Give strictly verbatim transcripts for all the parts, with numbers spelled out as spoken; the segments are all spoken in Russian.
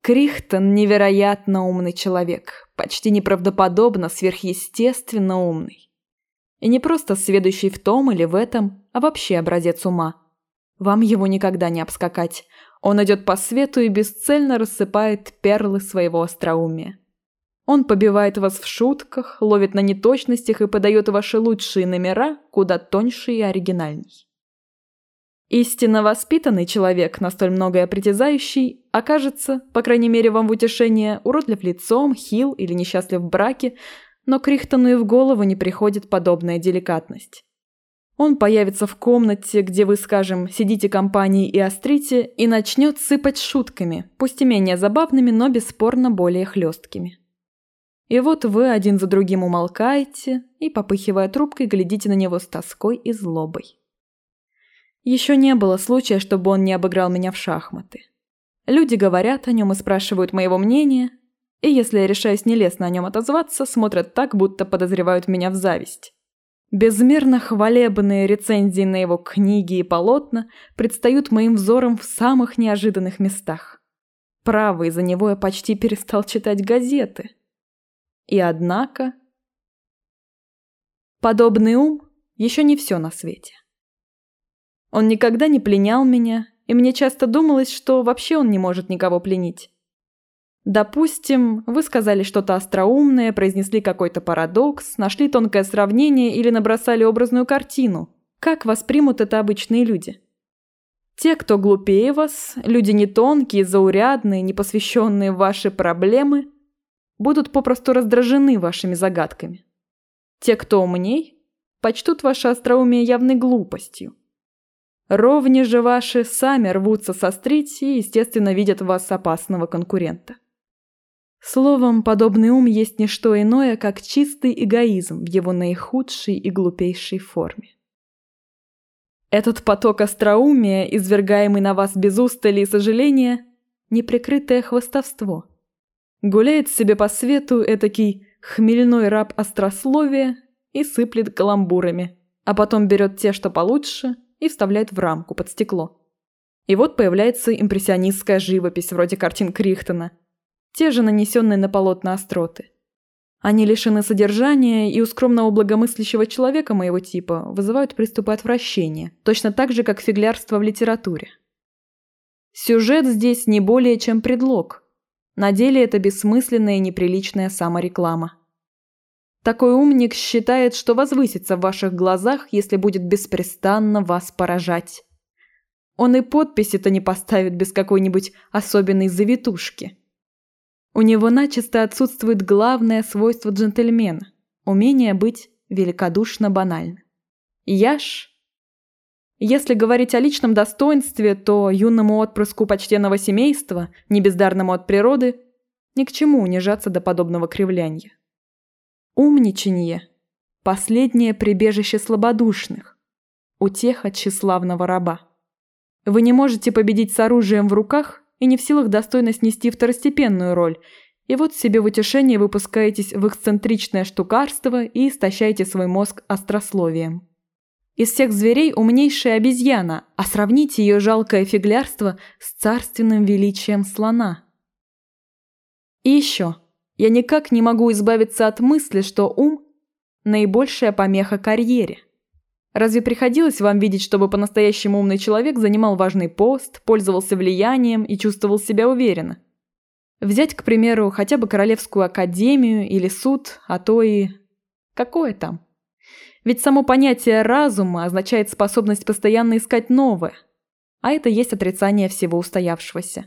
Крихтон невероятно умный человек, почти неправдоподобно сверхъестественно умный. И не просто сведущий в том или в этом, а вообще образец ума. Вам его никогда не обскакать. Он идет по свету и бесцельно рассыпает перлы своего остроумия. Он побивает вас в шутках, ловит на неточностях и подает ваши лучшие номера куда тоньше и оригинальней. Истинно воспитанный человек, на столь многое притязающий, окажется, по крайней мере вам в утешение, уродлив лицом, хил или несчастлив в браке, но Крихтону и в голову не приходит подобная деликатность. Он появится в комнате, где вы, скажем, сидите компанией и острите, и начнет сыпать шутками, пусть и менее забавными, но бесспорно более хлесткими. И вот вы один за другим умолкаете и, попыхивая трубкой, глядите на него с тоской и злобой. Еще не было случая, чтобы он не обыграл меня в шахматы. Люди говорят о нем и спрашивают моего мнения, и если я решаюсь нелестно о нем отозваться, смотрят так, будто подозревают меня в зависти. Безмерно хвалебные рецензии на его книги и полотна предстают моим взором в самых неожиданных местах. Право, из-за него я почти перестал читать газеты. И однако... Подобный ум еще не все на свете. Он никогда не пленял меня, и мне часто думалось, что вообще он не может никого пленить. Допустим, вы сказали что-то остроумное, произнесли какой-то парадокс, нашли тонкое сравнение или набросали образную картину. Как воспримут это обычные люди? Те, кто глупее вас, люди не тонкие, заурядные, не посвященные в ваши проблемы, будут попросту раздражены вашими загадками. Те, кто умней, почтут ваше остроумие явной глупостью. Ровни же ваши сами рвутся сострить и, естественно, видят в вас опасного конкурента. Словом, подобный ум есть не что иное, как чистый эгоизм в его наихудшей и глупейшей форме. Этот поток остроумия, извергаемый на вас без устали и сожаления, неприкрытое хвастовство. Гуляет себе по свету этакий хмельной раб острословия и сыплет каламбурами, а потом берет те, что получше, и вставляет в рамку под стекло. И вот появляется импрессионистская живопись, вроде картин Крихтона, те же нанесенные на полотна остроты. Они лишены содержания, и у скромного благомыслящего человека моего типа вызывают приступы отвращения, точно так же, как фиглярство в литературе. Сюжет здесь не более чем предлог. На деле это бессмысленная и неприличная самореклама. Такой умник считает, что возвысится в ваших глазах, если будет беспрестанно вас поражать. Он и подписи-то не поставит без какой-нибудь особенной завитушки. У него начисто отсутствует главное свойство джентльмена – умение быть великодушно банальным. Я ж... Если говорить о личном достоинстве, то юному отпрыску почтенного семейства, не бездарному от природы, ни к чему унижаться до подобного кривлянья. Умничанье – последнее прибежище слабодушных, утеха тщеславного раба. Вы не можете победить с оружием в руках и не в силах достойно снести второстепенную роль, и вот себе в утешение выпускаетесь в эксцентричное штукарство и истощаете свой мозг острословием. Из всех зверей умнейшая обезьяна, а сравните ее жалкое фиглярство с царственным величием слона. И еще. Я никак не могу избавиться от мысли, что ум – наибольшая помеха карьере. Разве приходилось вам видеть, чтобы по-настоящему умный человек занимал важный пост, пользовался влиянием и чувствовал себя уверенно? Взять, к примеру, хотя бы Королевскую академию или суд, а то и... Какое там? Ведь само понятие разума означает способность постоянно искать новое, а это есть отрицание всего устоявшегося.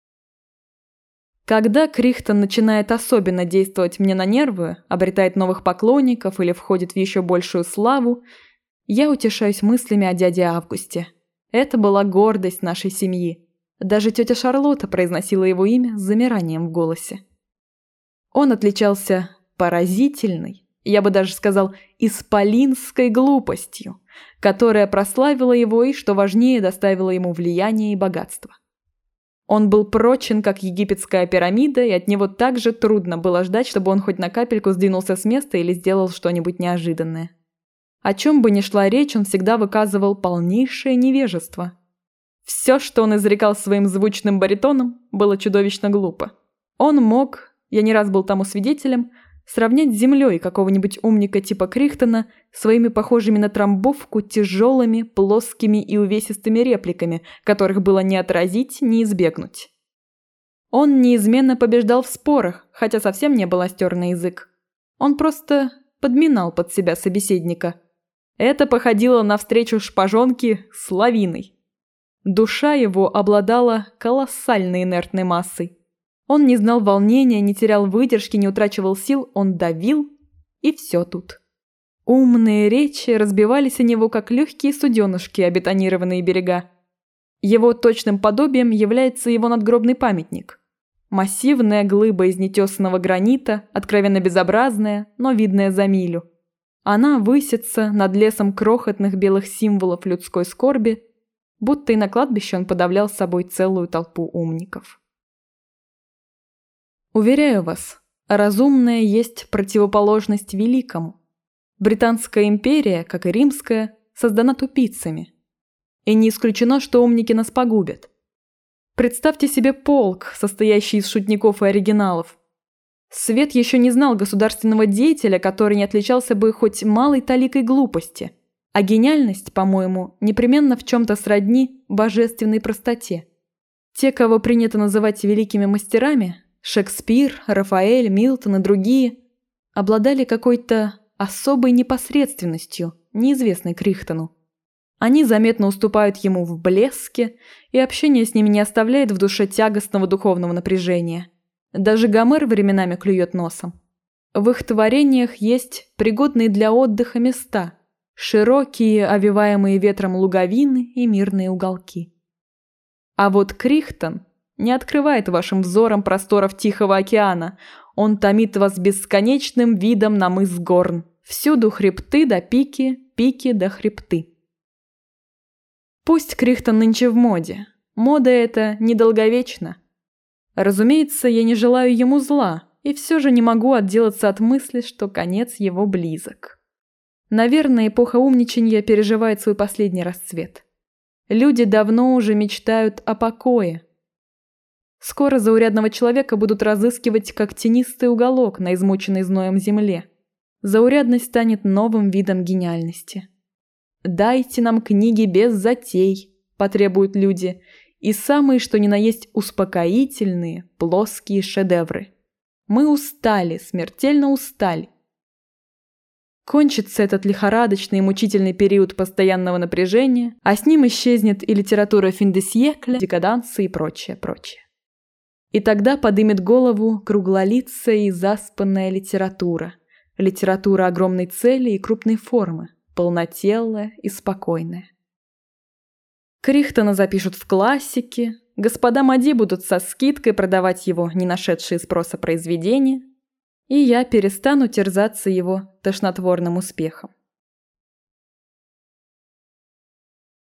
Когда Крихтон начинает особенно действовать мне на нервы, обретает новых поклонников или входит в еще большую славу, я утешаюсь мыслями о дяде Августе. Это была гордость нашей семьи. Даже тетя Шарлотта произносила его имя с замиранием в голосе. Он отличался поразительной, я бы даже сказал, исполинской глупостью, которая прославила его и, что важнее, доставила ему влияние и богатство. Он был прочен, как египетская пирамида, и от него также трудно было ждать, чтобы он хоть на капельку сдвинулся с места или сделал что-нибудь неожиданное. О чем бы ни шла речь, он всегда выказывал полнейшее невежество. Все, что он изрекал своим звучным баритоном, было чудовищно глупо. Он мог, я не раз был тому свидетелем, сравнять с землей какого-нибудь умника типа Крихтона своими похожими на трамбовку тяжелыми, плоскими и увесистыми репликами, которых было не отразить, не избегнуть. Он неизменно побеждал в спорах, хотя совсем не был остер на язык. Он просто подминал под себя собеседника. Это походило на встречу шпажонки с лавиной. Душа его обладала колоссальной инертной массой. Он не знал волнения, не терял выдержки, не утрачивал сил, он давил, и все тут. Умные речи разбивались о него, как легкие суденышки о бетонированные берега. Его точным подобием является его надгробный памятник. Массивная глыба из нетесанного гранита, откровенно безобразная, но видная за милю. Она высится над лесом крохотных белых символов людской скорби, будто и на кладбище он подавлял собой целую толпу умников. Уверяю вас, разумное есть противоположность великому. Британская империя, как и римская, создана тупицами. И не исключено, что умники нас погубят. Представьте себе полк, состоящий из шутников и оригиналов. Свет еще не знал государственного деятеля, который не отличался бы хоть малой таликой глупости. А гениальность, по-моему, непременно в чем-то сродни божественной простоте. Те, кого принято называть великими мастерами, Шекспир, Рафаэль, Милтон и другие, обладали какой-то особой непосредственностью, неизвестной Крихтону. Они заметно уступают ему в блеске, и общение с ними не оставляет в душе тягостного духовного напряжения. Даже Гомер временами клюет носом. В их творениях есть пригодные для отдыха места, широкие, овиваемые ветром луговины и мирные уголки. А вот Крихтон не открывает вашим взором просторов Тихого океана. Он томит вас бесконечным видом на мыс Горн. Всюду хребты да пики, пики да хребты. Пусть Крихтон нынче в моде. Мода эта недолговечна. Разумеется, я не желаю ему зла, и все же не могу отделаться от мысли, что конец его близок. Наверное, эпоха умничанья переживает свой последний расцвет. Люди давно уже мечтают о покое. Скоро заурядного человека будут разыскивать как тенистый уголок на измученной зноем земле. Заурядность станет новым видом гениальности. «Дайте нам книги без затей», – потребуют люди, и самые, что ни на есть, успокоительные, плоские шедевры. Мы устали, смертельно устали. Кончится этот лихорадочный и мучительный период постоянного напряжения, а с ним исчезнет и литература fin de siècle, декадансы и прочее, прочее. И тогда подымет голову круглолицая и заспанная литература, литература огромной цели и крупной формы, полнотелая и спокойная. Крихтона запишут в классике, господа Мади будут со скидкой продавать его не нашедшие спроса произведения, и я перестану терзаться его тошнотворным успехом.